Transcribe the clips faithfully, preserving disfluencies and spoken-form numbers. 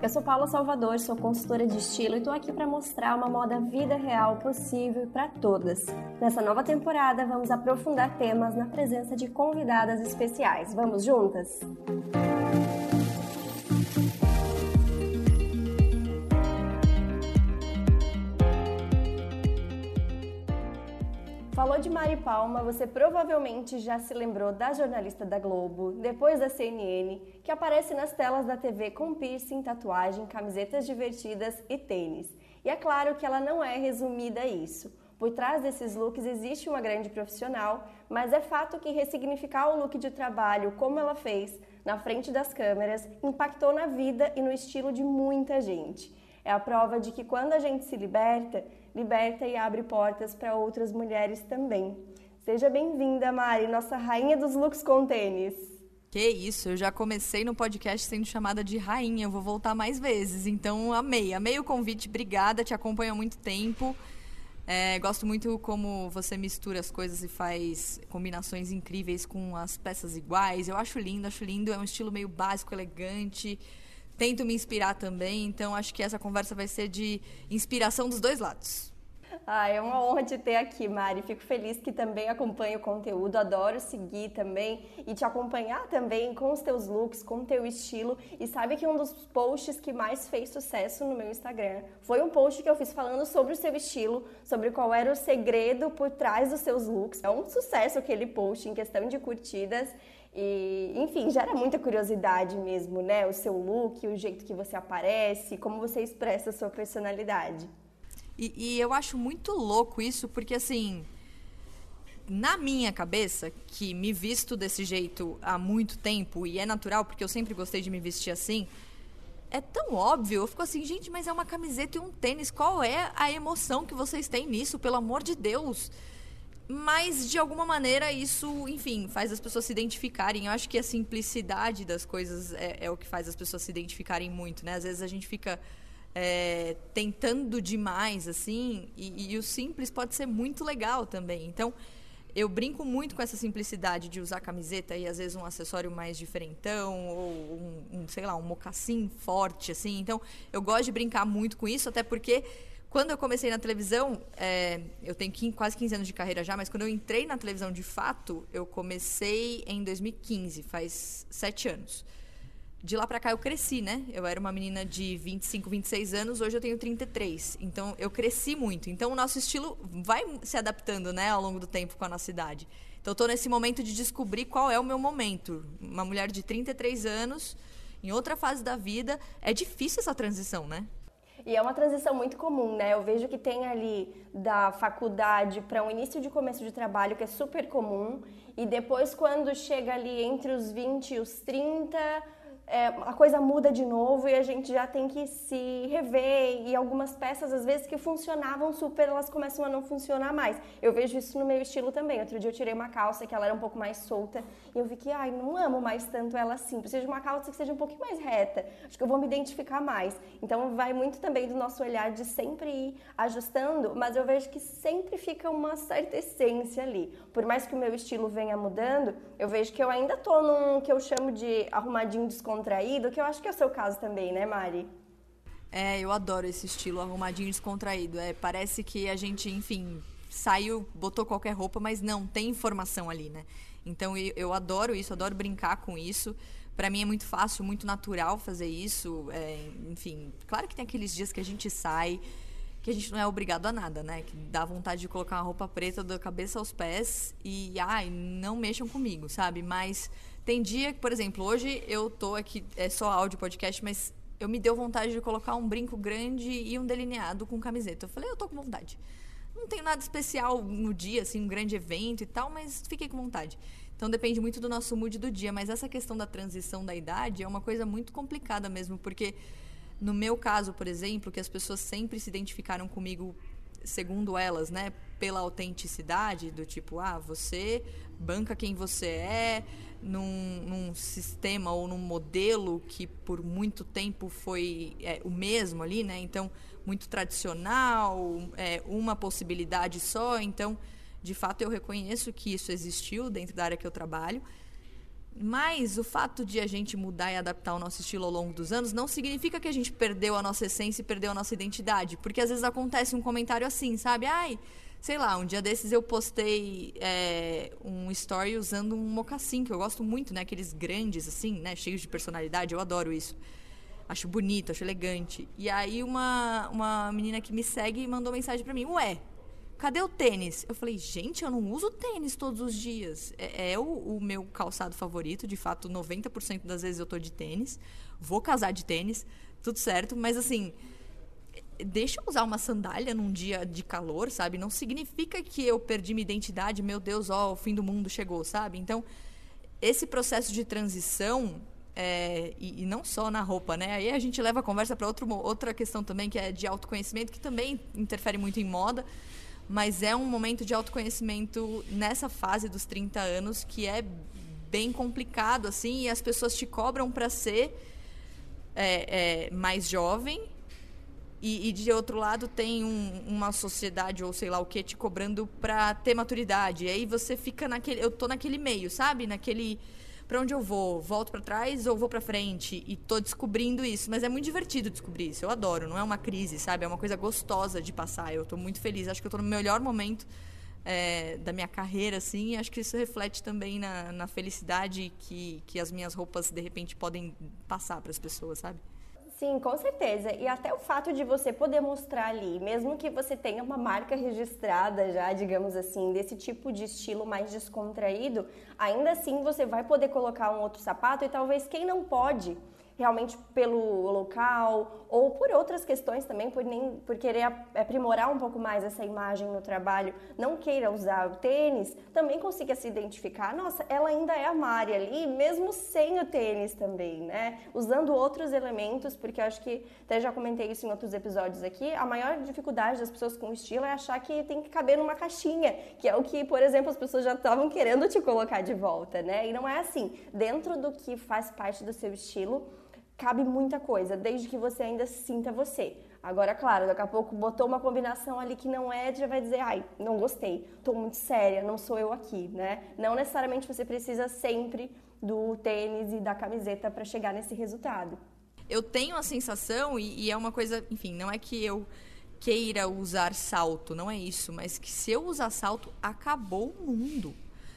Eu sou Paula Salvador, sou consultora de estilo e estou aqui para mostrar uma moda vida real possível para todas. Nessa nova temporada, vamos aprofundar temas na presença de convidadas especiais. Vamos juntas? Falou de Mari Palma, você provavelmente já se lembrou da jornalista da Globo, depois da C N N, que aparece nas telas da T V com piercing, tatuagem, camisetas divertidas e tênis. E é claro que ela não é resumida a isso. Por trás desses looks existe uma grande profissional, mas é fato que ressignificar o look de trabalho, como ela fez, na frente das câmeras, impactou na vida e no estilo de muita gente. É a prova de que quando a gente se liberta, liberta e abre portas para outras mulheres também. Seja bem-vinda, Mari, nossa rainha dos looks com tênis. Que isso, eu já comecei no podcast sendo chamada de rainha, eu vou voltar mais vezes, então amei, amei o convite, obrigada, te acompanho há muito tempo. É, gosto muito como você mistura as coisas e faz combinações incríveis com as peças iguais, eu acho lindo, acho lindo, é um estilo meio básico, elegante. Tento me inspirar também, então acho que essa conversa vai ser de inspiração dos dois lados. Ah, é uma honra te ter aqui, Mari. Fico feliz que também acompanha o conteúdo, adoro seguir também e te acompanhar também com os teus looks, com o teu estilo. E sabe que um dos posts que mais fez sucesso no meu Instagram foi um post que eu fiz falando sobre o seu estilo, sobre qual era o segredo por trás dos seus looks. É um sucesso aquele post em questão de curtidas. E, enfim, gera muita curiosidade mesmo, né? O seu look, o jeito que você aparece, como você expressa a sua personalidade. E, e eu acho muito louco isso, porque assim, na minha cabeça, que me visto desse jeito há muito tempo, e é natural, porque eu sempre gostei de me vestir assim, é tão óbvio, eu fico assim, gente, mas é uma camiseta e um tênis, qual é a emoção que vocês têm nisso, pelo amor de Deus? Mas, de alguma maneira, isso, enfim, faz as pessoas se identificarem. Eu acho que a simplicidade das coisas é, é o que faz as pessoas se identificarem muito, né? Às vezes a gente fica é, tentando demais, assim, e, e o simples pode ser muito legal também. Então, eu brinco muito com essa simplicidade de usar camiseta e, às vezes, um acessório mais diferentão, ou um, um sei lá, um mocassim forte, assim. Então, eu gosto de brincar muito com isso, até porque... Quando eu comecei na televisão, é, eu tenho quase quinze anos de carreira já, mas quando eu entrei na televisão de fato, eu comecei em dois mil e quinze, faz sete anos. De lá pra cá eu cresci, né? Eu era uma menina de vinte e cinco, vinte e seis anos, hoje eu tenho trinta e três. Então eu cresci muito. Então o nosso estilo vai se adaptando, né, ao longo do tempo com a nossa idade. Então eu tô nesse momento de descobrir qual é o meu momento. Uma mulher de trinta e três anos, em outra fase da vida, é difícil essa transição, né? E é uma transição muito comum, né? Eu vejo que tem ali da faculdade para um início de começo de trabalho, que é super comum, e depois quando chega ali entre os vinte e os trinta, é, a coisa muda de novo e a gente já tem que se rever, e algumas peças, às vezes, que funcionavam super, elas começam a não funcionar mais. Eu vejo isso no meu estilo também. Outro dia eu tirei uma calça que ela era um pouco mais solta e eu vi que, ai, não amo mais tanto ela assim. Preciso de uma calça que seja um pouquinho mais reta. Acho que eu vou me identificar mais. Então vai muito também do nosso olhar de sempre ir ajustando, mas eu vejo que sempre fica uma certa essência ali. Por mais que o meu estilo venha mudando, eu vejo que eu ainda tô num que eu chamo de arrumadinho descontraído, que eu acho que é o seu caso também, né, Mari? É, eu adoro esse estilo arrumadinho descontraído. É, parece que a gente, enfim, saiu, botou qualquer roupa, mas não, tem informação ali, né? Então eu, eu adoro isso, adoro brincar com isso. Pra mim é muito fácil, muito natural fazer isso. É, enfim, claro que tem aqueles dias que a gente sai, que a gente não é obrigado a nada, né? Que dá vontade de colocar uma roupa preta da cabeça aos pés e, ai, não mexam comigo, sabe? Mas tem dia que, por exemplo, hoje eu tô aqui, é só áudio podcast, mas eu me deu vontade de colocar um brinco grande e um delineado com camiseta. Eu falei, eu tô com vontade. Não tenho nada especial no dia, assim, um grande evento e tal, mas fiquei com vontade. Então depende muito do nosso mood do dia, mas essa questão da transição da idade é uma coisa muito complicada mesmo, porque no meu caso, por exemplo, que as pessoas sempre se identificaram comigo, segundo elas, né, pela autenticidade, do tipo, ah, você banca quem você é, num, num sistema ou num modelo que por muito tempo foi é, o mesmo ali, né, então, muito tradicional, é, uma possibilidade só, então, de fato, eu reconheço que isso existiu dentro da área que eu trabalho, Mas o fato de a gente mudar e adaptar o nosso estilo ao longo dos anos não significa que a gente perdeu a nossa essência e perdeu a nossa identidade. Porque às vezes acontece um comentário assim, sabe? Ai, sei lá, um dia desses eu postei é, um story usando um mocassim, que eu gosto muito, né? Aqueles grandes, assim, né? Cheios de personalidade, eu adoro isso. Acho bonito, acho elegante. E aí uma, uma menina que me segue mandou mensagem pra mim, ué, cadê o tênis? Eu falei, gente, eu não uso tênis todos os dias. É, é o, o meu calçado favorito. De fato, noventa por cento das vezes eu tô de tênis. Vou casar de tênis, tudo certo. Mas, assim, deixa eu usar uma sandália num dia de calor, sabe? Não significa que eu perdi minha identidade. Meu Deus, ó, o fim do mundo chegou, sabe? Então, esse processo de transição... É, e, e não só na roupa, né? Aí a gente leva a conversa para outra questão também, que é de autoconhecimento, que também interfere muito em moda. Mas é um momento de autoconhecimento nessa fase dos trinta anos que é bem complicado, assim, e as pessoas te cobram para ser é, é, mais jovem e, e, de outro lado, tem um, uma sociedade, ou sei lá o que, te cobrando para ter maturidade. E aí você fica naquele... Eu tô naquele meio, sabe? Naquele... Para onde eu vou? Volto para trás ou vou para frente? E tô descobrindo isso. Mas é muito divertido descobrir isso. Eu adoro. Não é uma crise, sabe? É uma coisa gostosa de passar. Eu tô muito feliz. Acho que eu tô no melhor momento é, da minha carreira, assim. E acho que isso reflete também na, na felicidade que, que as minhas roupas, de repente, podem passar para as pessoas, sabe? Sim, com certeza. E até o fato de você poder mostrar ali, mesmo que você tenha uma marca registrada já, digamos assim, desse tipo de estilo mais descontraído, ainda assim você vai poder colocar um outro sapato e talvez quem não pode, realmente pelo local ou por outras questões também, por, nem, por querer aprimorar um pouco mais essa imagem no trabalho, não queira usar o tênis, também consiga se identificar, nossa, ela ainda é a Mari ali, mesmo sem o tênis também, né? Usando outros elementos, porque eu acho que, até já comentei isso em outros episódios aqui, a maior dificuldade das pessoas com estilo é achar que tem que caber numa caixinha, que é o que, por exemplo, as pessoas já estavam querendo te colocar de volta, né? E não é assim, dentro do que faz parte do seu estilo, cabe muita coisa, desde que você ainda sinta você. Agora, claro, daqui a pouco botou uma combinação ali que não é, já vai dizer, ai, não gostei, tô muito séria, não sou eu aqui, né? Não necessariamente você precisa sempre do tênis e da camiseta para chegar nesse resultado. Eu tenho a sensação, e, e é uma coisa, enfim, não é que eu queira usar salto, não é isso, mas que se eu usar salto, acabou o mundo.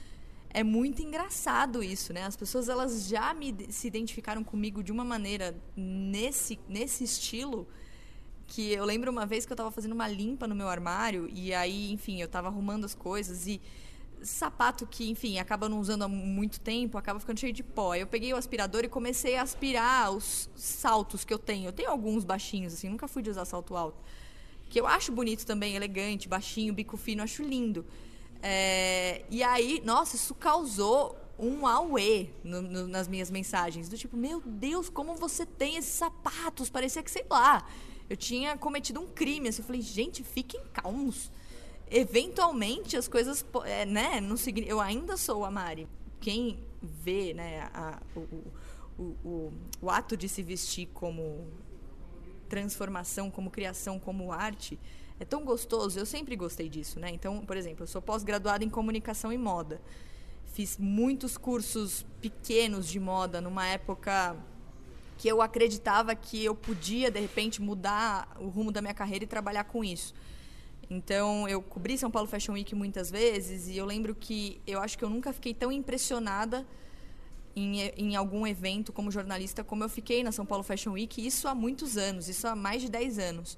É muito engraçado isso, né? As pessoas, elas já me, se identificaram comigo de uma maneira nesse, nesse estilo, que eu lembro uma vez que eu estava fazendo uma limpa no meu armário e aí, enfim, eu estava arrumando as coisas e sapato que, enfim, acaba não usando há muito tempo, acaba ficando cheio de pó. Eu peguei o aspirador e comecei a aspirar os saltos que eu tenho. Eu tenho alguns baixinhos, assim, nunca fui de usar salto alto, que eu acho bonito também, elegante, baixinho, bico fino, acho lindo. É, e aí, nossa, isso causou um auê no, no, nas minhas mensagens, do tipo, meu Deus, como você tem esses sapatos? Parecia que, sei lá, eu tinha cometido um crime. Assim, eu falei, gente, fiquem calmos. Eventualmente, as coisas, é, né, não significa, eu ainda sou a Mari. Quem vê, né, a, o, o, o, o ato de se vestir como transformação, como criação, como arte... É tão gostoso, eu sempre gostei disso, né? Então, por exemplo, eu sou pós-graduada em comunicação e moda. Fiz muitos cursos pequenos de moda numa época que eu acreditava que eu podia, de repente, mudar o rumo da minha carreira e trabalhar com isso. Então, eu cobri São Paulo Fashion Week muitas vezes e eu lembro que eu acho que eu nunca fiquei tão impressionada em, em algum evento como jornalista como eu fiquei na São Paulo Fashion Week, isso há muitos anos, isso há mais de dez anos.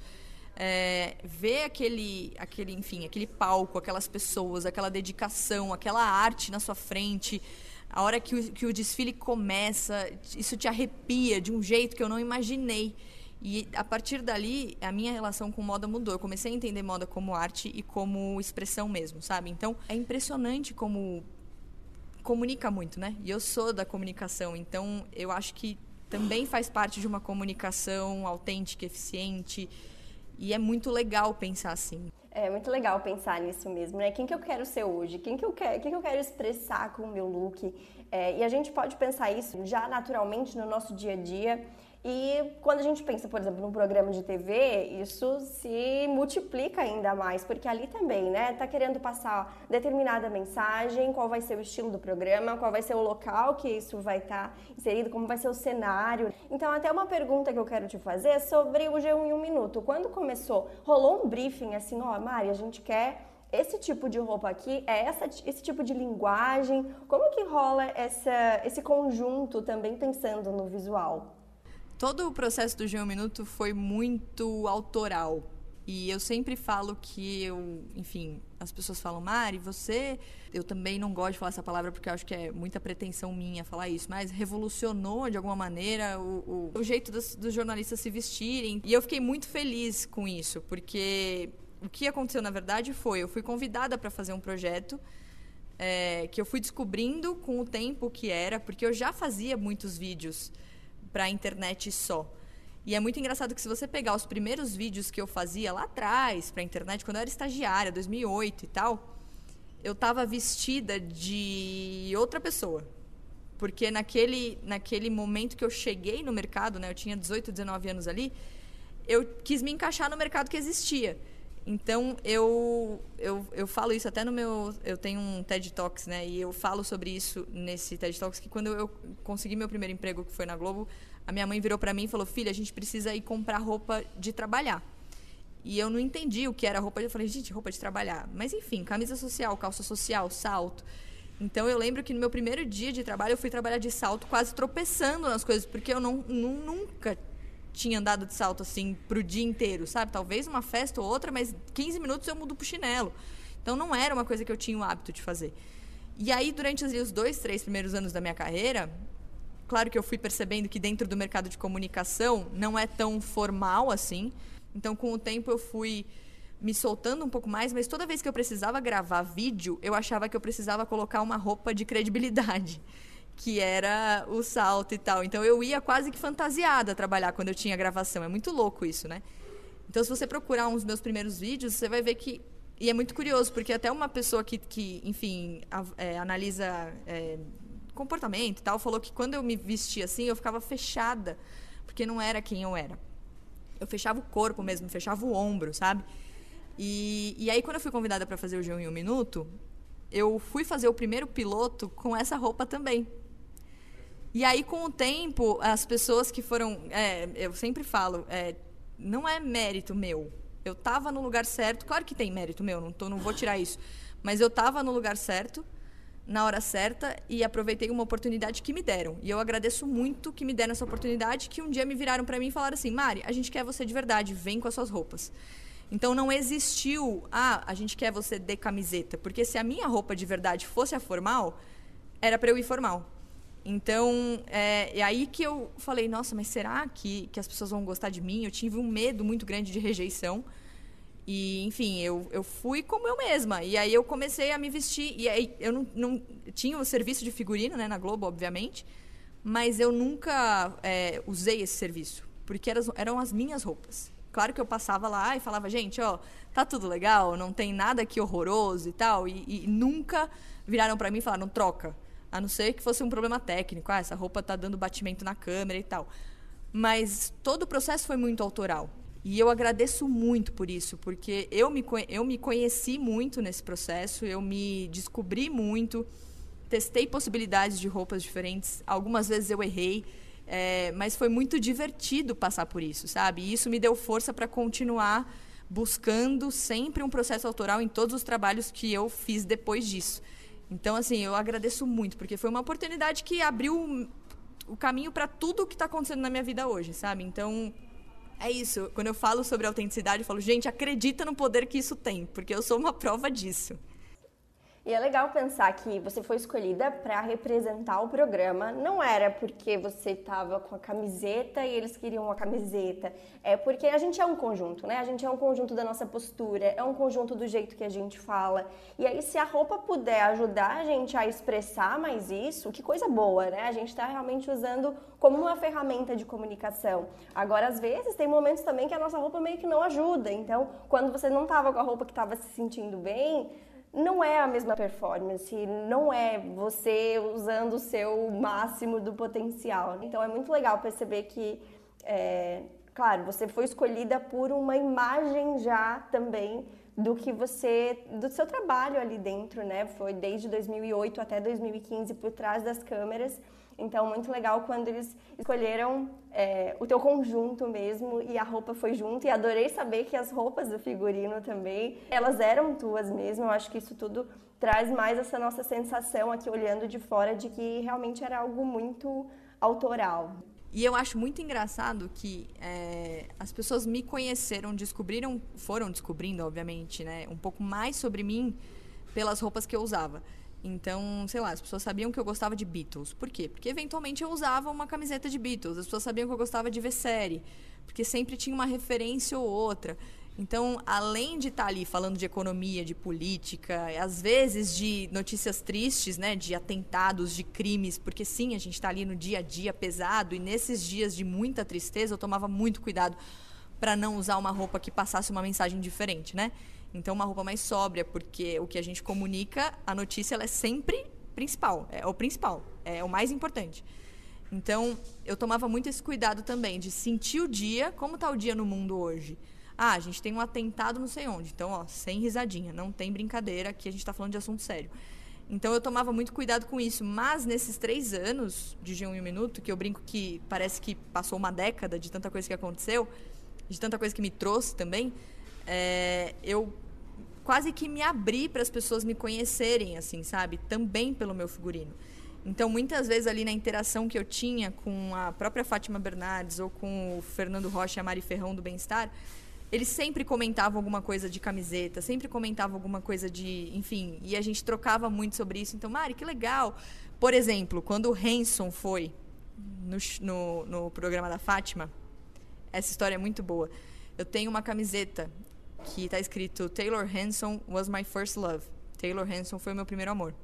É, ver aquele, aquele, enfim, aquele palco, aquelas pessoas, aquela dedicação, aquela arte na sua frente, a hora que o, que o desfile começa, isso te arrepia de um jeito que eu não imaginei. E a partir dali, a minha relação com moda mudou. Eu comecei a entender moda como arte e como expressão mesmo, sabe? Então, é impressionante como comunica muito, né? E eu sou da comunicação, então eu acho que também faz parte de uma comunicação autêntica, eficiente. E é muito legal pensar assim. É muito legal pensar nisso mesmo, né? Quem que eu quero ser hoje? Quem que eu quero, quem que eu quero expressar com o meu look? É, e a gente pode pensar isso já naturalmente no nosso dia a dia. E quando a gente pensa, por exemplo, num programa de T V, isso se multiplica ainda mais, porque ali também, né, tá querendo passar determinada mensagem, qual vai ser o estilo do programa, qual vai ser o local que isso vai estar inserido, como vai ser o cenário. Então, até uma pergunta que eu quero te fazer é sobre o G um em um minuto. Quando começou, rolou um briefing assim, ó, oh, Mari, a gente quer esse tipo de roupa aqui, é essa, esse tipo de linguagem. Como que rola essa, esse conjunto também pensando no visual? Todo o processo do G um Minuto foi muito autoral. E eu sempre falo que eu, enfim, as pessoas falam, Mari, você... Eu também não gosto de falar essa palavra porque eu acho que é muita pretensão minha falar isso, mas revolucionou, de alguma maneira, o, o, o jeito dos, dos jornalistas se vestirem. E eu fiquei muito feliz com isso, porque o que aconteceu, na verdade, foi... Eu fui convidada para fazer um projeto é, que eu fui descobrindo com o tempo que era, porque eu já fazia muitos vídeos para a internet só. E é muito engraçado que se você pegar os primeiros vídeos que eu fazia lá atrás para a internet, quando eu era estagiária, dois mil e oito e tal, eu estava vestida de outra pessoa. Porque naquele, naquele momento que eu cheguei no mercado, né, eu tinha dezoito, dezenove anos ali, eu quis me encaixar no mercado que existia. Então, eu, eu, eu falo isso até no meu... Eu tenho um TED Talks, né? E eu falo sobre isso nesse TED Talks, que quando eu consegui meu primeiro emprego, que foi na Globo, a minha mãe virou para mim e falou, filha, a gente precisa ir comprar roupa de trabalhar. E eu não entendi o que era roupa. Eu falei, gente, roupa de trabalhar. Mas, enfim, camisa social, calça social, salto. Então, eu lembro que no meu primeiro dia de trabalho, eu fui trabalhar de salto, quase tropeçando nas coisas, porque eu não, não, nunca... tinha andado de salto assim pro dia inteiro, sabe? Talvez uma festa ou outra, mas quinze minutos eu mudo pro chinelo. Então não era uma coisa que eu tinha o hábito de fazer. E aí, durante os dois, três primeiros anos da minha carreira, claro que eu fui percebendo que dentro do mercado de comunicação não é tão formal assim. Então, com o tempo, eu fui me soltando um pouco mais, mas toda vez que eu precisava gravar vídeo, eu achava que eu precisava colocar uma roupa de credibilidade, que era o salto e tal. Então, eu ia quase que fantasiada trabalhar quando eu tinha gravação. É muito louco isso, né? Então, se você procurar uns meus primeiros vídeos, você vai ver que... E é muito curioso, porque até uma pessoa que, que enfim, a, é, analisa é, comportamento e tal, falou que quando eu me vestia assim, eu ficava fechada, porque não era quem eu era. Eu fechava o corpo mesmo, fechava o ombro, sabe? E, e aí, quando eu fui convidada para fazer o G um em um minuto, eu fui fazer o primeiro piloto com essa roupa também. E aí, com o tempo, as pessoas que foram... É, eu sempre falo, é, não é mérito meu. Eu estava no lugar certo. Claro que tem mérito meu, não, tô, não vou tirar isso. Mas eu estava no lugar certo, na hora certa, e aproveitei uma oportunidade que me deram. E eu agradeço muito que me deram essa oportunidade, que um dia me viraram para mim e falaram assim, Mari, a gente quer você de verdade, vem com as suas roupas. Então, não existiu, ah, a gente quer você de camiseta. Porque se a minha roupa de verdade fosse a formal, era para eu ir formal. Então, é, é aí que eu falei, nossa, mas será que, que as pessoas vão gostar de mim? Eu tive um medo muito grande de rejeição. E, enfim, eu, eu fui como eu mesma. E aí eu comecei a me vestir. E aí eu não, não tinha o serviço de figurino, né, na Globo, obviamente. Mas eu nunca é, usei esse serviço. Porque eram, eram as minhas roupas. Claro que eu passava lá e falava, gente, ó, tá tudo legal, não tem nada aqui horroroso e tal. E, e nunca viraram para mim e falaram, troca. A não ser que fosse um problema técnico. Ah, essa roupa tá dando batimento na câmera e tal. Mas todo o processo foi muito autoral. E eu agradeço muito por isso, porque eu me, eu me conheci muito nesse processo, eu me descobri muito, testei possibilidades de roupas diferentes. Algumas vezes eu errei, é, mas foi muito divertido passar por isso, sabe? E isso me deu força para continuar buscando sempre um processo autoral em todos os trabalhos que eu fiz depois disso. Então, assim, eu agradeço muito, porque foi uma oportunidade que abriu o caminho para tudo o que está acontecendo na minha vida hoje, sabe? Então, é isso. Quando eu falo sobre autenticidade, eu falo, gente, acredita no poder que isso tem, porque eu sou uma prova disso. E é legal pensar que você foi escolhida para representar o programa. Não era porque você estava com a camiseta e eles queriam uma camiseta. É porque a gente é um conjunto, né? A gente é um conjunto da nossa postura, é um conjunto do jeito que a gente fala. E aí, se a roupa puder ajudar a gente a expressar mais isso, que coisa boa, né? A gente está realmente usando como uma ferramenta de comunicação. Agora, às vezes, tem momentos também que a nossa roupa meio que não ajuda. Então, quando você não estava com a roupa que estava se sentindo bem... não é a mesma performance, não é você usando o seu máximo do potencial. Então é muito legal perceber que, é, claro, você foi escolhida por uma imagem já também do que você, do seu trabalho ali dentro, né? Foi desde dois mil e oito até dois mil e quinze por trás das câmeras. Então, muito legal quando eles escolheram é, o teu conjunto mesmo e a roupa foi junto. E adorei saber que as roupas do figurino também, elas eram tuas mesmo. Eu acho que isso tudo traz mais essa nossa sensação aqui olhando de fora de que realmente era algo muito autoral. E eu acho muito engraçado que é, as pessoas me conheceram, descobriram, foram descobrindo, obviamente, né, um pouco mais sobre mim pelas roupas que eu usava. Então, sei lá, as pessoas sabiam que eu gostava de Beatles. Por quê? Porque eventualmente eu usava uma camiseta de Beatles. As pessoas sabiam que eu gostava de ver série, porque sempre tinha uma referência ou outra. Então, além de estar ali falando de economia, de política, às vezes de notícias tristes, né, de atentados, de crimes, porque sim, a gente está ali no dia a dia pesado, e nesses dias de muita tristeza eu tomava muito cuidado para não usar uma roupa que passasse uma mensagem diferente, né? Então, uma roupa mais sóbria, porque o que a gente comunica, a notícia ela é sempre principal, é o principal, é o mais importante. Então, eu tomava muito esse cuidado também de sentir o dia, como está o dia no mundo hoje. Ah, a gente tem um atentado não sei onde, então, ó, sem risadinha, não tem brincadeira, aqui a gente está falando de assunto sério. Então, eu tomava muito cuidado com isso, mas nesses três anos de G um em um Minuto, que eu brinco que parece que passou uma década de tanta coisa que aconteceu, de tanta coisa que me trouxe também, é, eu quase que me abri para as pessoas me conhecerem, assim, sabe? Também pelo meu figurino. Então, muitas vezes ali na interação que eu tinha com a própria Fátima Bernardes ou com o Fernando Rocha e a Mari Ferrão do Bem-Estar, eles sempre comentavam alguma coisa de camiseta, sempre comentavam alguma coisa de... Enfim, e a gente trocava muito sobre isso. Então, Mari, que legal! Por exemplo, quando o Hanson foi no, no, no programa da Fátima, essa história é muito boa. Eu tenho uma camiseta que está escrito Taylor Hanson was my first love. Taylor Hanson foi o meu primeiro amor.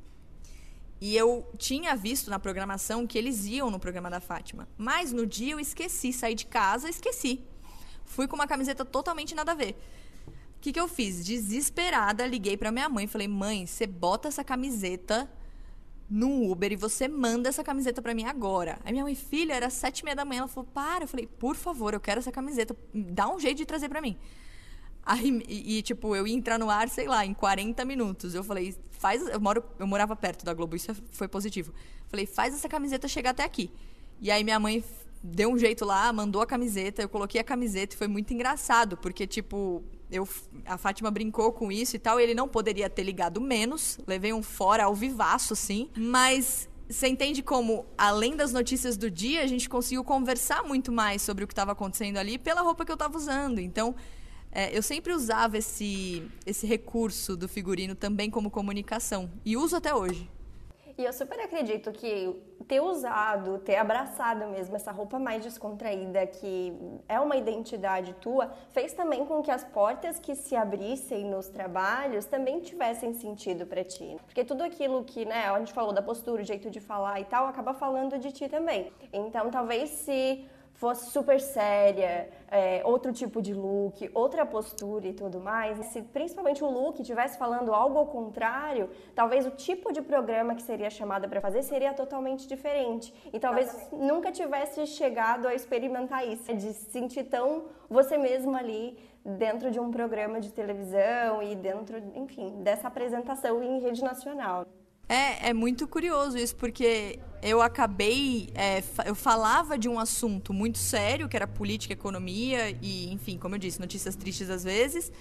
E eu tinha visto na programação que eles iam no programa da Fátima. Mas no dia eu esqueci, saí de casa, esqueci. Fui com uma camiseta totalmente nada a ver. O que, que eu fiz? Desesperada, liguei para minha mãe e falei, mãe, você bota essa camiseta num Uber e você manda essa camiseta para mim agora. Aí minha mãe, filha, era sete e meia da manhã, ela falou, para. Eu falei, por favor, eu quero essa camiseta, dá um jeito de trazer para mim. Aí, e, e, tipo, eu ia entrar no ar, sei lá, em quarenta minutos. Eu falei, faz... Eu, moro, eu morava perto da Globo, isso foi positivo. Falei, faz essa camiseta chegar até aqui. E aí minha mãe deu um jeito lá, mandou a camiseta, eu coloquei a camiseta e foi muito engraçado, porque, tipo, eu, a Fátima brincou com isso e tal, e ele não poderia ter ligado menos. Levei um fora ao vivaço, sim. Mas você entende como, além das notícias do dia, a gente conseguiu conversar muito mais sobre o que estava acontecendo ali pela roupa que eu estava usando. Então... É, eu sempre usava esse, esse recurso do figurino também como comunicação. E uso até hoje. E eu super acredito que ter usado, ter abraçado mesmo essa roupa mais descontraída, que é uma identidade tua, fez também com que as portas que se abrissem nos trabalhos também tivessem sentido para ti. Porque tudo aquilo que, né, a gente falou da postura, o jeito de falar e tal, acaba falando de ti também. Então, talvez se fosse super séria, é, outro tipo de look, outra postura e tudo mais, se principalmente o look estivesse falando algo ao contrário, talvez o tipo de programa que seria chamada para fazer seria totalmente diferente. E talvez Exatamente. Nunca tivesse chegado a experimentar isso, de se sentir tão você mesmo ali dentro de um programa de televisão e dentro, enfim, dessa apresentação em rede nacional. É, é muito curioso isso, porque eu acabei... É, eu falava de um assunto muito sério, que era política, economia e, enfim, como eu disse, notícias tristes às vezes,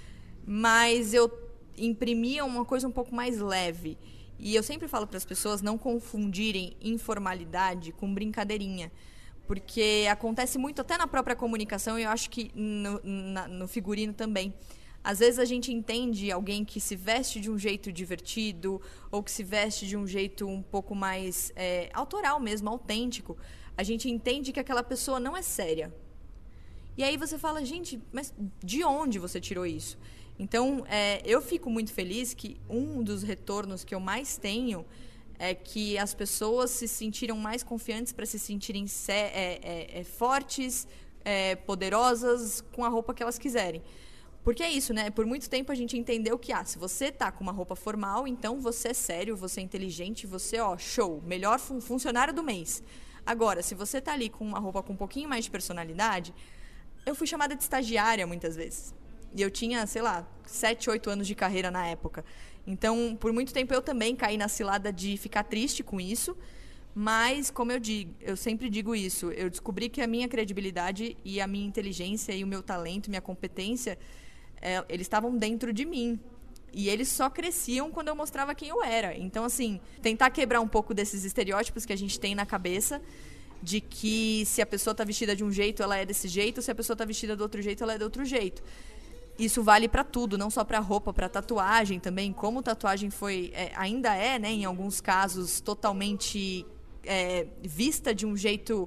mas eu imprimia uma coisa um pouco mais leve. E eu sempre falo para as pessoas não confundirem informalidade com brincadeirinha, porque acontece muito até na própria comunicação e eu acho que no, na, no figurino também. Às vezes a gente entende alguém que se veste de um jeito divertido ou que se veste de um jeito um pouco mais é, autoral mesmo, autêntico. A gente entende que aquela pessoa não é séria. E aí você fala, gente, mas de onde você tirou isso? Então, é, eu fico muito feliz que um dos retornos que eu mais tenho é que as pessoas se sentiram mais confiantes para se sentirem é, é, é, fortes, é, poderosas, com a roupa que elas quiserem. Porque é isso, né? Por muito tempo a gente entendeu que, ah, se você tá com uma roupa formal, então você é sério, você é inteligente, você, ó, show, melhor fun- funcionário do mês. Agora, se você tá ali com uma roupa com um pouquinho mais de personalidade, eu fui chamada de estagiária muitas vezes. E eu tinha, sei lá, sete, oito anos de carreira na época. Então, por muito tempo eu também caí na cilada de ficar triste com isso. Mas, como eu digo, eu sempre digo isso, eu descobri que a minha credibilidade e a minha inteligência e o meu talento, minha competência, é, eles estavam dentro de mim. E eles só cresciam quando eu mostrava quem eu era. Então, assim, tentar quebrar um pouco desses estereótipos que a gente tem na cabeça, de que se a pessoa está vestida de um jeito, ela é desse jeito, se a pessoa está vestida do outro jeito, ela é de outro jeito. Isso vale para tudo, não só para roupa, para tatuagem também. Como tatuagem foi, é, ainda é, né, em alguns casos, totalmente é, vista de um jeito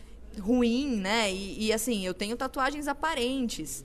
ruim, né? E, e assim, eu tenho tatuagens aparentes.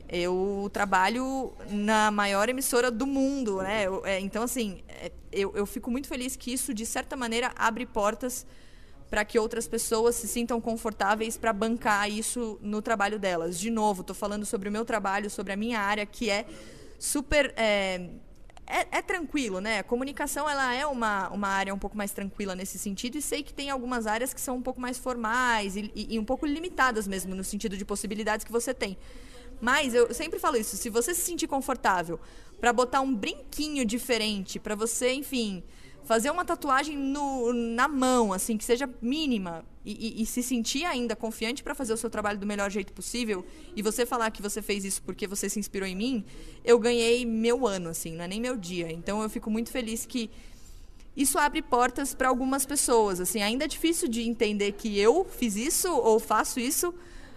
Eu trabalho na maior emissora do mundo, né? Eu, é, então, assim, é, eu, eu fico muito feliz que isso, de certa maneira, abre portas para que outras pessoas se sintam confortáveis para bancar isso no trabalho delas. De novo, estou falando sobre o meu trabalho, sobre a minha área, que é super... É, é, é tranquilo, né? A comunicação, ela é uma, uma área um pouco mais tranquila nesse sentido, e sei que tem algumas áreas que são um pouco mais formais e, e, e um pouco limitadas mesmo, no sentido de possibilidades que você tem. Mas eu sempre falo isso, se você se sentir confortável para botar um brinquinho diferente, para você, enfim... fazer uma tatuagem no, na mão, assim, que seja mínima, e, e, e se sentir ainda confiante para fazer o seu trabalho do melhor jeito possível, e você falar que você fez isso porque você se inspirou em mim, eu ganhei meu ano, assim, não é nem meu dia. Então eu fico muito feliz que isso abre portas para algumas pessoas, assim. Ainda é difícil de entender que eu fiz isso ou faço isso,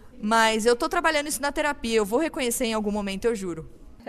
mas eu tô trabalhando isso na terapia, eu vou reconhecer em algum momento, eu juro.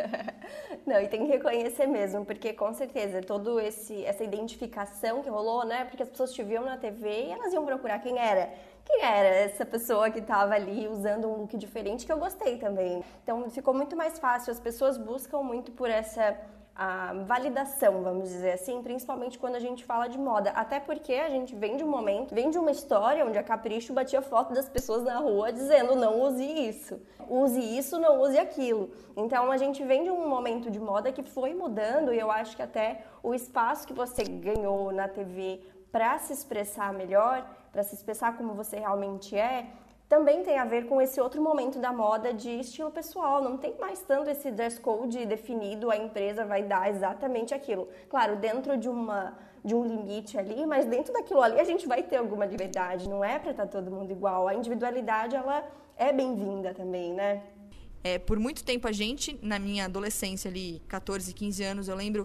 Não, e tem que reconhecer mesmo, porque com certeza todo esse essa identificação que rolou, né? Porque as pessoas te viam na T V e elas iam procurar quem era. Quem era essa pessoa que estava ali usando um look diferente, que eu gostei também. Então ficou muito mais fácil, as pessoas buscam muito por essa a validação, vamos dizer assim, principalmente quando a gente fala de moda. Até porque a gente vem de um momento, vem de uma história onde a Capricho batia foto das pessoas na rua dizendo não use isso, use isso, não use aquilo. Então a gente vem de um momento de moda que foi mudando, e eu acho que até o espaço que você ganhou na T V para se expressar melhor, para se expressar como você realmente é, também tem a ver com esse outro momento da moda de estilo pessoal. Não tem mais tanto esse dress code definido, a empresa vai dar exatamente aquilo. Claro, dentro de, uma, de um limite ali, mas dentro daquilo ali a gente vai ter alguma liberdade. Não é para estar todo mundo igual. A individualidade, ela é bem-vinda também, né? É, por muito tempo a gente, na minha adolescência ali, catorze, quinze anos, eu lembro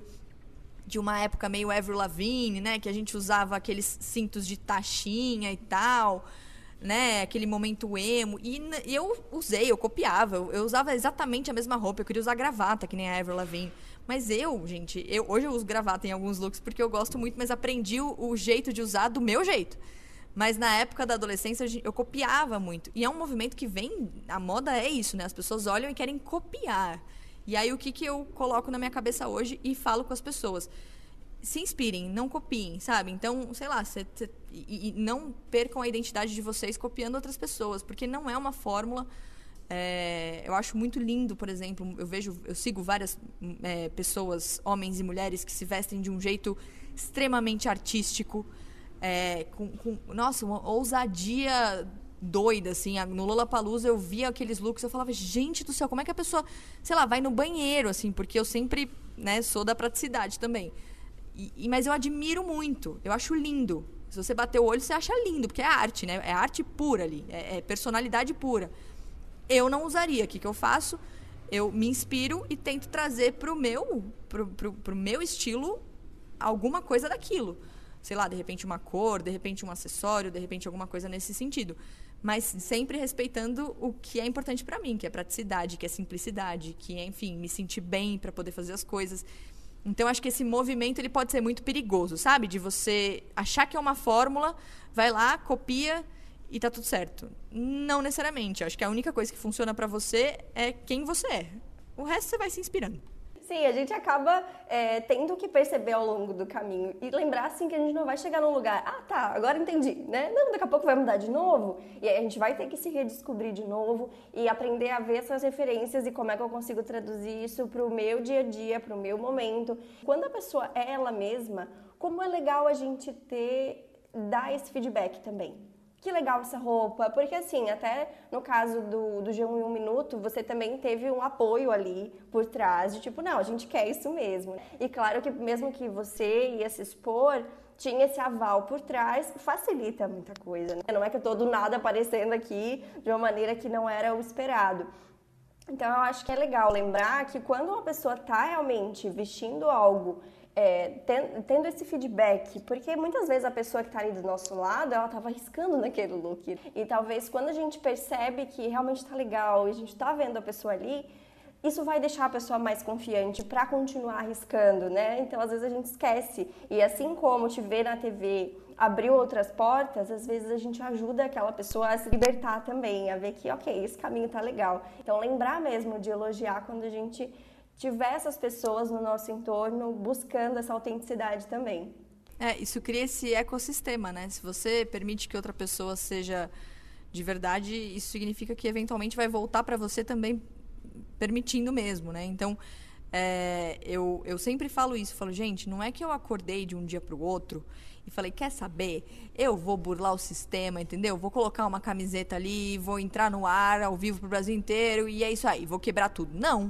de uma época meio Avril Lavigne, né? Que a gente usava aqueles cintos de taxinha e tal... né, aquele momento emo, e eu usei, eu copiava, eu, eu usava exatamente a mesma roupa, eu queria usar gravata, que nem a Avril Lavigne, mas eu, gente, eu, hoje eu uso gravata em alguns looks porque eu gosto muito, mas aprendi o, o jeito de usar do meu jeito, mas na época da adolescência eu copiava muito, e é um movimento que vem, a moda é isso, né, as pessoas olham e querem copiar, e aí o que, que eu coloco na minha cabeça hoje e falo com as pessoas? Se inspirem, não copiem, sabe? Então, sei lá, cê, cê, e, e não percam a identidade de vocês copiando outras pessoas, porque não é uma fórmula. É, eu acho muito lindo, por exemplo, eu vejo, eu sigo várias é, pessoas, homens e mulheres, que se vestem de um jeito extremamente artístico, é, com, com, nossa, uma ousadia doida, assim. No Lollapalooza eu via aqueles looks, eu falava, gente do céu, como é que a pessoa, sei lá, vai no banheiro, assim, porque eu sempre, né, sou da praticidade também. E, e, mas eu admiro muito, eu acho lindo. Se você bater o olho, você acha lindo, porque é arte, né? É arte pura ali, é, é personalidade pura. Eu não usaria. O que, que eu faço? Eu me inspiro e tento trazer pro meu, pro, pro, pro meu estilo alguma coisa daquilo. Sei lá, de repente uma cor, de repente um acessório, de repente alguma coisa nesse sentido. Mas sempre respeitando o que é importante para mim, que é praticidade, que é simplicidade, que é, enfim, me sentir bem para poder fazer as coisas. Então, acho que esse movimento ele pode ser muito perigoso, sabe? De você achar que é uma fórmula, vai lá, copia e tá tudo certo. Não necessariamente. Acho que a única coisa que funciona para você é quem você é. O resto você vai se inspirando. Sim, a gente acaba é, tendo que perceber ao longo do caminho e lembrar assim que a gente não vai chegar num lugar, ah tá, agora entendi, né? Não, daqui a pouco vai mudar de novo e aí a gente vai ter que se redescobrir de novo e aprender a ver essas referências e como é que eu consigo traduzir isso pro meu dia a dia, pro meu momento. Quando a pessoa é ela mesma, como é legal a gente ter, dar esse feedback também. Que legal essa roupa, porque assim, até no caso do, do G um em um minuto, você também teve um apoio ali por trás, de tipo, não, a gente quer isso mesmo. E claro que mesmo que você ia se expor, tinha esse aval por trás, facilita muita coisa, né? Não é que eu tô do nada aparecendo aqui de uma maneira que não era o esperado. Então eu acho que é legal lembrar que quando uma pessoa tá realmente vestindo algo, É, tendo esse feedback, porque muitas vezes a pessoa que está ali do nosso lado, ela estava arriscando naquele look. E talvez quando a gente percebe que realmente está legal e a gente está vendo a pessoa ali, isso vai deixar a pessoa mais confiante para continuar arriscando, né? Então às vezes a gente esquece. E assim como te ver na T V abriu outras portas, às vezes a gente ajuda aquela pessoa a se libertar também, a ver que, ok, esse caminho tá legal. Então lembrar mesmo de elogiar quando a gente tiver essas pessoas no nosso entorno buscando essa autenticidade também. É, isso cria esse ecossistema, né? Se você permite que outra pessoa seja de verdade, isso significa que eventualmente vai voltar para você também permitindo mesmo, né? Então, é, eu, eu sempre falo isso, falo, gente, não é que eu acordei de um dia para o outro e falei, quer saber? Eu vou burlar o sistema, entendeu? Vou colocar uma camiseta ali, vou entrar no ar ao vivo pro Brasil inteiro e é isso aí, vou quebrar tudo. Não.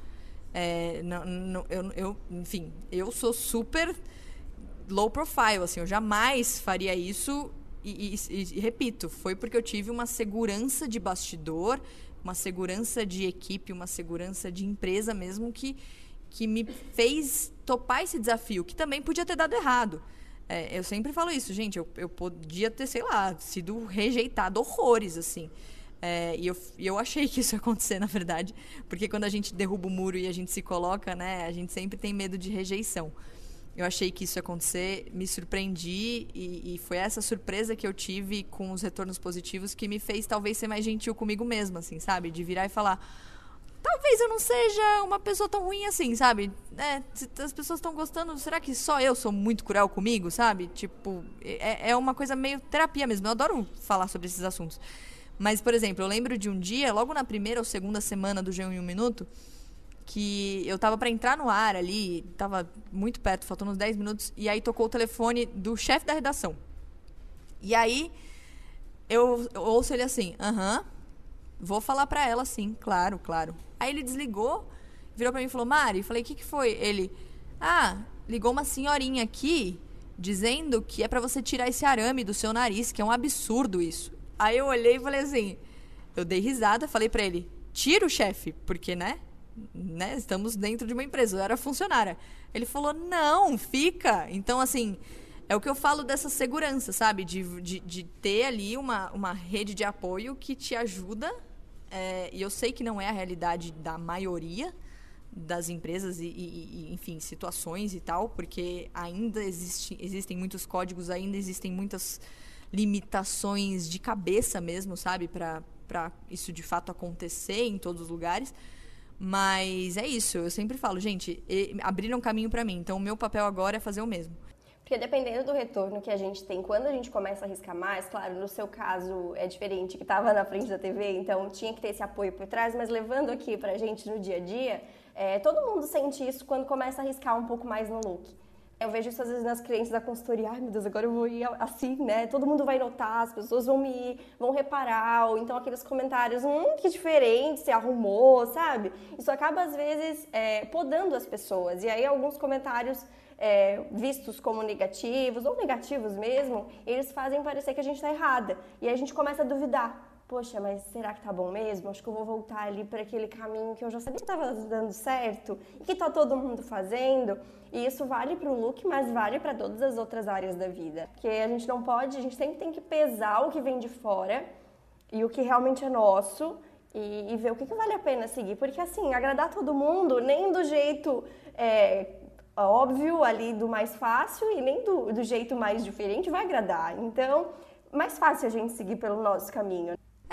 É, não, não, eu, eu, enfim, eu sou super low profile, assim, eu jamais faria isso e, e, e repito, foi porque eu tive uma segurança de bastidor, uma segurança de equipe, uma segurança de empresa mesmo que, que me fez topar esse desafio, que também podia ter dado errado. É, eu sempre falo isso, gente, eu, eu podia ter, sei lá, sido rejeitado horrores, assim. É, e eu, eu achei que isso ia acontecer, na verdade, porque quando a gente derruba o muro e a gente se coloca, né, a gente sempre tem medo de rejeição. Eu achei que isso ia acontecer, me surpreendi e, e foi essa surpresa que eu tive com os retornos positivos que me fez talvez ser mais gentil comigo mesma, assim, sabe? De virar e falar, talvez eu não seja uma pessoa tão ruim assim, sabe? É, se as pessoas estão gostando, será que só eu sou muito cruel comigo, sabe? Tipo, é, é uma coisa meio terapia mesmo, eu adoro falar sobre esses assuntos. Mas, por exemplo, eu lembro de um dia, logo na primeira ou segunda semana do G um em um minuto, que eu tava pra entrar no ar ali, tava muito perto, faltando uns dez minutos, e aí tocou o telefone do chefe da redação. E aí, eu, eu ouço ele assim, aham, vou falar pra ela sim, claro, claro. Aí ele desligou, virou pra mim e falou, Mari, falei, o que que foi? Ele, ah, ligou uma senhorinha aqui, dizendo que é pra você tirar esse arame do seu nariz, que é um absurdo isso. Aí eu olhei e falei assim, eu dei risada, falei pra ele, tira o chefe, porque, né, né, estamos dentro de uma empresa, eu era funcionária. Ele falou, não, fica. Então, assim, é o que eu falo dessa segurança, sabe, de, de, de ter ali uma, uma rede de apoio que te ajuda, é, e eu sei que não é a realidade da maioria das empresas e, e, e enfim, situações e tal, porque ainda existe, existem muitos códigos, ainda existem muitas limitações de cabeça mesmo, sabe? Para para isso de fato acontecer em todos os lugares. Mas é isso, eu sempre falo, gente, abriram caminho para mim, então o meu papel agora é fazer o mesmo. Porque dependendo do retorno que a gente tem, quando a gente começa a arriscar mais, claro, no seu caso é diferente, que estava na frente da T V, então tinha que ter esse apoio por trás, mas levando aqui pra gente no dia a dia, é, todo mundo sente isso quando começa a arriscar um pouco mais no look. Eu vejo isso às vezes nas clientes da consultoria, ai meu Deus, agora eu vou ir assim, né? Todo mundo vai notar, as pessoas vão me vão reparar, ou então aqueles comentários, hum, que diferente, você arrumou, sabe? Isso acaba às vezes é, podando as pessoas, e aí alguns comentários é, vistos como negativos, ou negativos mesmo, eles fazem parecer que a gente tá errada, e aí a gente começa a duvidar. Poxa, mas será que tá bom mesmo? Acho que eu vou voltar ali para aquele caminho que eu já sabia que estava dando certo e que tá todo mundo fazendo. E isso vale para o look, mas vale para todas as outras áreas da vida. Porque a gente não pode, a gente sempre tem que pesar o que vem de fora e o que realmente é nosso e, e ver o que, que vale a pena seguir. Porque assim, agradar todo mundo, nem do jeito é, óbvio ali do mais fácil e nem do, do jeito mais diferente vai agradar. Então, mais fácil a gente seguir pelo nosso caminho.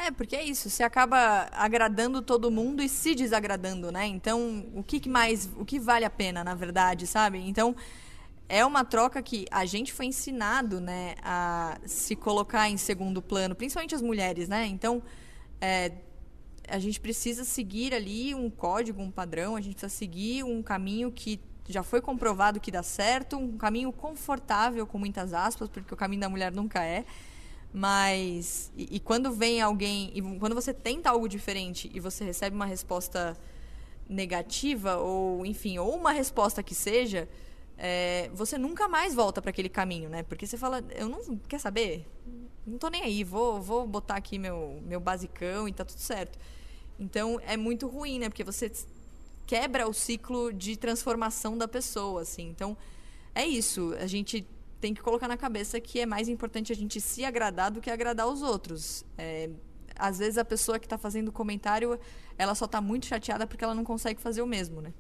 É, porque é isso, você acaba agradando todo mundo e se desagradando, né? Então, o que mais, o que vale a pena, na verdade, sabe? Então, é uma troca que a gente foi ensinado, né, a se colocar em segundo plano, principalmente as mulheres, né? Então, é, a gente precisa seguir ali um código, um padrão, a gente precisa seguir um caminho que já foi comprovado que dá certo, um caminho confortável, com muitas aspas, porque o caminho da mulher nunca é. Mas, e, e quando vem alguém, e quando você tenta algo diferente e você recebe uma resposta negativa, ou enfim, ou uma resposta que seja, é, você nunca mais volta para aquele caminho, né? Porque você fala, eu não, quer saber? Não tô nem aí, vou, vou botar aqui meu, meu basicão e tá tudo certo. Então, é muito ruim, né? Porque você quebra o ciclo de transformação da pessoa, assim. Então, é isso, a gente tem que colocar na cabeça que é mais importante a gente se agradar do que agradar os outros. É, às vezes a pessoa que está fazendo o comentário, ela só está muito chateada porque ela não consegue fazer o mesmo, né?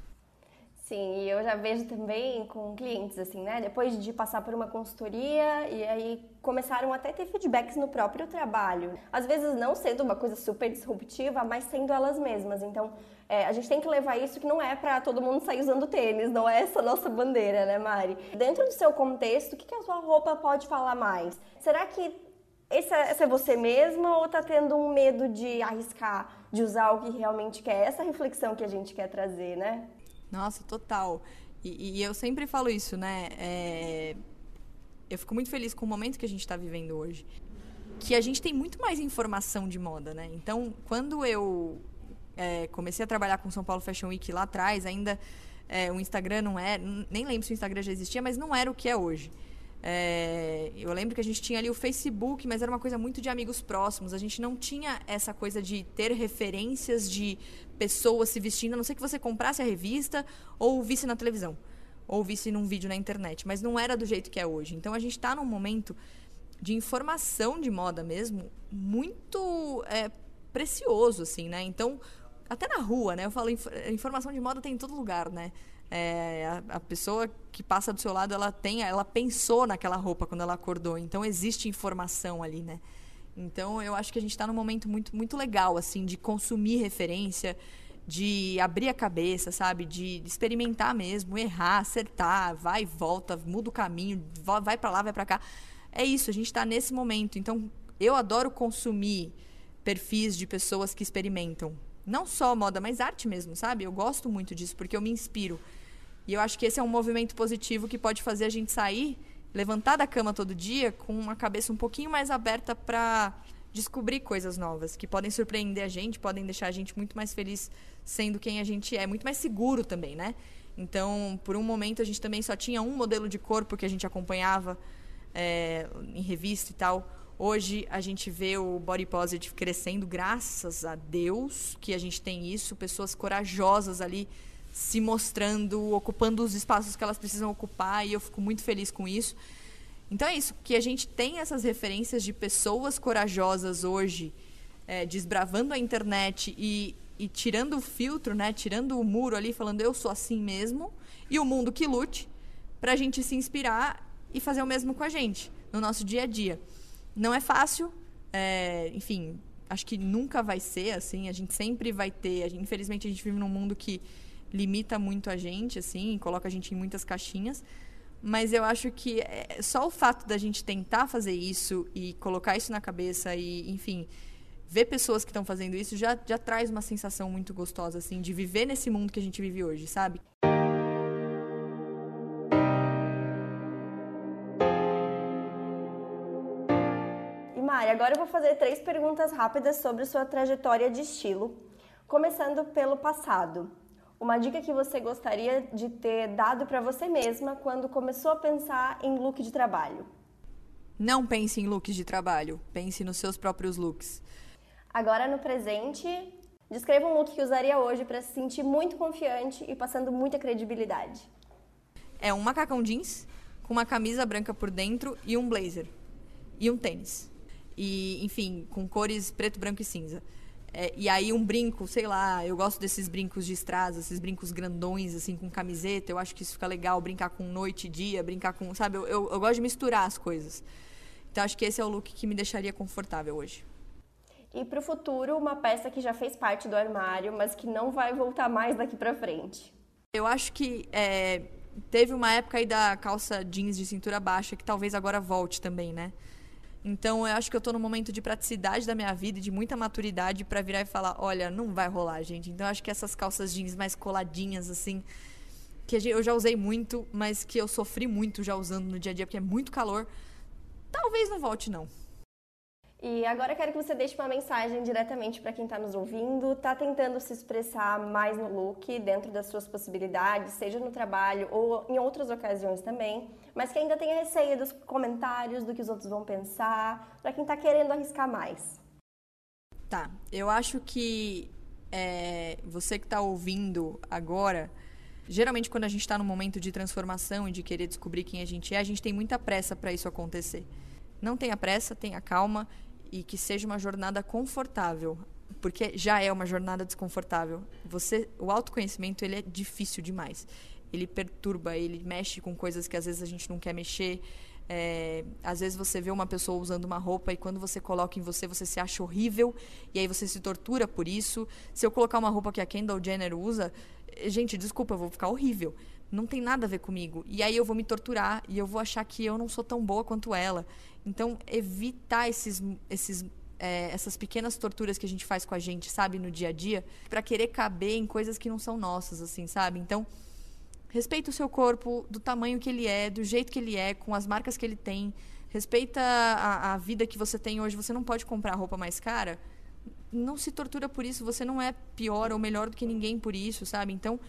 Sim, e eu já vejo também com clientes, assim, né? Depois de passar por uma consultoria e aí começaram até a ter feedbacks no próprio trabalho. Às vezes não sendo uma coisa super disruptiva, mas sendo elas mesmas. Então, é, a gente tem que levar isso que não é pra todo mundo sair usando tênis, não é essa a nossa bandeira, né, Mari? Dentro do seu contexto, o que, que a sua roupa pode falar mais? Será que essa, essa é você mesma ou tá tendo um medo de arriscar, de usar o que realmente quer? Essa reflexão que a gente quer trazer, né? Nossa, total. E, e eu sempre falo isso, né? É... Eu fico muito feliz com o momento que a gente está vivendo hoje. Que a gente tem muito mais informação de moda, né? Então, quando eu é, comecei a trabalhar com São Paulo Fashion Week lá atrás, ainda é, o Instagram não era... Nem lembro se o Instagram já existia, mas não era o que é hoje. É, eu lembro que a gente tinha ali o Facebook, mas era uma coisa muito de amigos próximos. A gente não tinha essa coisa de ter referências de pessoas se vestindo, a não ser que você comprasse a revista ou visse na televisão, ou visse num vídeo na internet, mas não era do jeito que é hoje. Então a gente está num momento de informação de moda mesmo muito é, precioso, assim, né? Então, até na rua, né? Eu falo, informação de moda tem em todo lugar, né? É, a, a pessoa que passa do seu lado, ela tem, ela pensou naquela roupa quando ela acordou. Então, existe informação ali, né? Então, eu acho que a gente está num momento muito, muito legal, assim, de consumir referência, de abrir a cabeça, sabe? De experimentar mesmo, errar, acertar, vai e volta, muda o caminho, vai para lá, vai para cá. É isso, a gente está nesse momento. Então, eu adoro consumir perfis de pessoas que experimentam. Não só moda, mas arte mesmo, sabe? Eu gosto muito disso, porque eu me inspiro. E eu acho que esse é um movimento positivo que pode fazer a gente sair, levantar da cama todo dia com uma cabeça um pouquinho mais aberta para descobrir coisas novas, que podem surpreender a gente, podem deixar a gente muito mais feliz sendo quem a gente é, muito mais seguro também, né? Então, por um momento, a gente também só tinha um modelo de corpo que a gente acompanhava é, em revista e tal. Hoje, a gente vê o body positive crescendo, graças a Deus que a gente tem isso, pessoas corajosas ali se mostrando, ocupando os espaços que elas precisam ocupar, e eu fico muito feliz com isso. Então é isso, que a gente tem essas referências de pessoas corajosas hoje, é, desbravando a internet e, e tirando o filtro, né, tirando o muro ali, falando eu sou assim mesmo, e o mundo que lute, pra gente se inspirar e fazer o mesmo com a gente, no nosso dia a dia. Não é fácil, é, enfim, acho que nunca vai ser assim, a gente sempre vai ter, a gente, infelizmente a gente vive num mundo que limita muito a gente, assim, coloca a gente em muitas caixinhas, mas eu acho que é, só o fato da gente tentar fazer isso e colocar isso na cabeça e, enfim, ver pessoas que estão fazendo isso já, já traz uma sensação muito gostosa, assim, de viver nesse mundo que a gente vive hoje, sabe? E Mari, agora eu vou fazer três perguntas rápidas sobre sua trajetória de estilo, começando pelo passado. Uma dica que você gostaria de ter dado para você mesma quando começou a pensar em look de trabalho? Não pense em looks de trabalho, pense nos seus próprios looks. Agora no presente, descreva um look que usaria hoje para se sentir muito confiante e passando muita credibilidade. É um macacão jeans com uma camisa branca por dentro e um blazer. E um tênis. E, enfim, com cores preto, branco e cinza. É, e aí um brinco, sei lá, eu gosto desses brincos de strass, esses brincos grandões, assim, com camiseta. Eu acho que isso fica legal, brincar com noite e dia, brincar com, sabe? Eu, eu, eu gosto de misturar as coisas. Então, acho que esse é o look que me deixaria confortável hoje. E para o futuro, uma peça que já fez parte do armário, mas que não vai voltar mais daqui para frente. Eu acho que é, teve uma época aí da calça jeans de cintura baixa que talvez agora volte também, né? Então, eu acho que eu tô num momento de praticidade da minha vida e de muita maturidade pra virar e falar, olha, não vai rolar, gente. Então, eu acho que essas calças jeans mais coladinhas, assim, que eu já usei muito, mas que eu sofri muito já usando no dia a dia, porque é muito calor, talvez não volte, não. E agora eu quero que você deixe uma mensagem diretamente para quem está nos ouvindo, está tentando se expressar mais no look, dentro das suas possibilidades, seja no trabalho ou em outras ocasiões também, mas que ainda tem receio dos comentários, do que os outros vão pensar, para quem está querendo arriscar mais. Tá, eu acho que é, você que está ouvindo agora, geralmente quando a gente está num momento de transformação e de querer descobrir quem a gente é, a gente tem muita pressa para isso acontecer. Não tenha pressa, tenha calma e que seja uma jornada confortável, porque já é uma jornada desconfortável. Você, o autoconhecimento, ele é difícil demais. Ele perturba, ele mexe com coisas que às vezes a gente não quer mexer. É, às vezes você vê uma pessoa usando uma roupa e quando você coloca em você, você se acha horrível e aí você se tortura por isso. Se eu colocar uma roupa que a Kendall Jenner usa, gente, desculpa, eu vou ficar horrível. Não tem nada a ver comigo. E aí eu vou me torturar e eu vou achar que eu não sou tão boa quanto ela. Então, evitar esses, esses, é, essas pequenas torturas que a gente faz com a gente, sabe, no dia a dia, pra querer caber em coisas que não são nossas, assim, sabe? Então, respeita o seu corpo do tamanho que ele é, do jeito que ele é, com as marcas que ele tem. Respeita a, a vida que você tem hoje. Você não pode comprar roupa mais cara. Não se tortura por isso. Você não é pior ou melhor do que ninguém por isso, sabe? Então,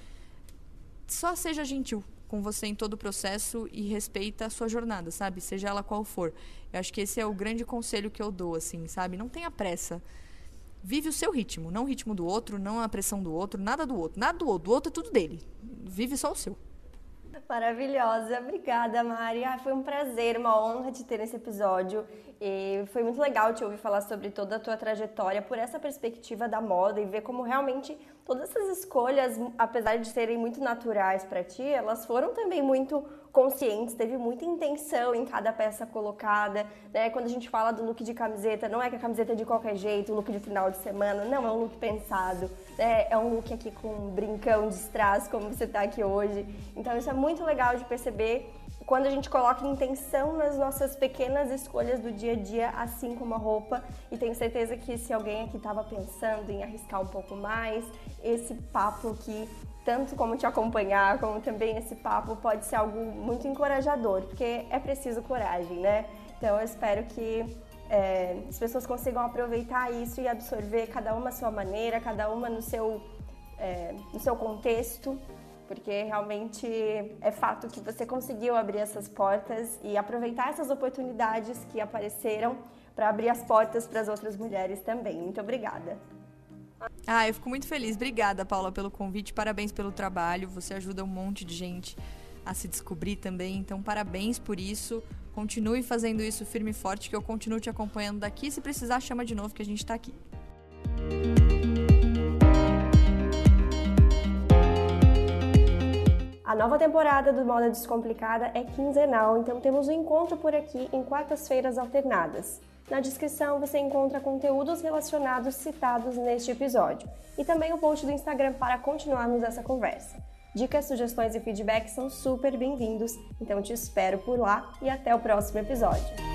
só seja gentil com você em todo o processo e respeita a sua jornada, sabe? Seja ela qual for. Eu acho que esse é o grande conselho que eu dou, assim, sabe? Não tenha pressa. Vive o seu ritmo, não o ritmo do outro, não a pressão do outro, nada do outro. Nada do outro, do outro é tudo dele. Vive só o seu. Maravilhosa, obrigada, Mari. Ah, foi um prazer, uma honra te ter nesse episódio. E foi muito legal te ouvir falar sobre toda a tua trajetória por essa perspectiva da moda e ver como realmente todas essas escolhas, apesar de serem muito naturais para ti, elas foram também muito conscientes, teve muita intenção em cada peça colocada, né? Quando a gente fala do look de camiseta, não é que a camiseta é de qualquer jeito, o look de final de semana, não, é um look pensado, né? É um look aqui com um brincão de strass, como você tá aqui hoje. Então isso é muito legal de perceber quando a gente coloca intenção nas nossas pequenas escolhas do dia a dia, assim como a roupa, e tenho certeza que se alguém aqui estava pensando em arriscar um pouco mais, esse papo aqui, tanto como te acompanhar, como também esse papo, pode ser algo muito encorajador, porque é preciso coragem, né? Então eu espero que é, as pessoas consigam aproveitar isso e absorver cada uma à sua maneira, cada uma no seu, é, no seu contexto, porque realmente é fato que você conseguiu abrir essas portas e aproveitar essas oportunidades que apareceram para abrir as portas para as outras mulheres também. Muito obrigada. Ah, eu fico muito feliz. Obrigada, Paula, pelo convite. Parabéns pelo trabalho. Você ajuda um monte de gente a se descobrir também. Então, parabéns por isso. Continue fazendo isso firme e forte, que eu continuo te acompanhando daqui. Se precisar, chama de novo que a gente está aqui. A nova temporada do Moda Descomplicada é quinzenal, então temos um encontro por aqui em quartas-feiras alternadas. Na descrição você encontra conteúdos relacionados citados neste episódio e também o post do Instagram para continuarmos essa conversa. Dicas, sugestões e feedbacks são super bem-vindos, então te espero por lá e até o próximo episódio.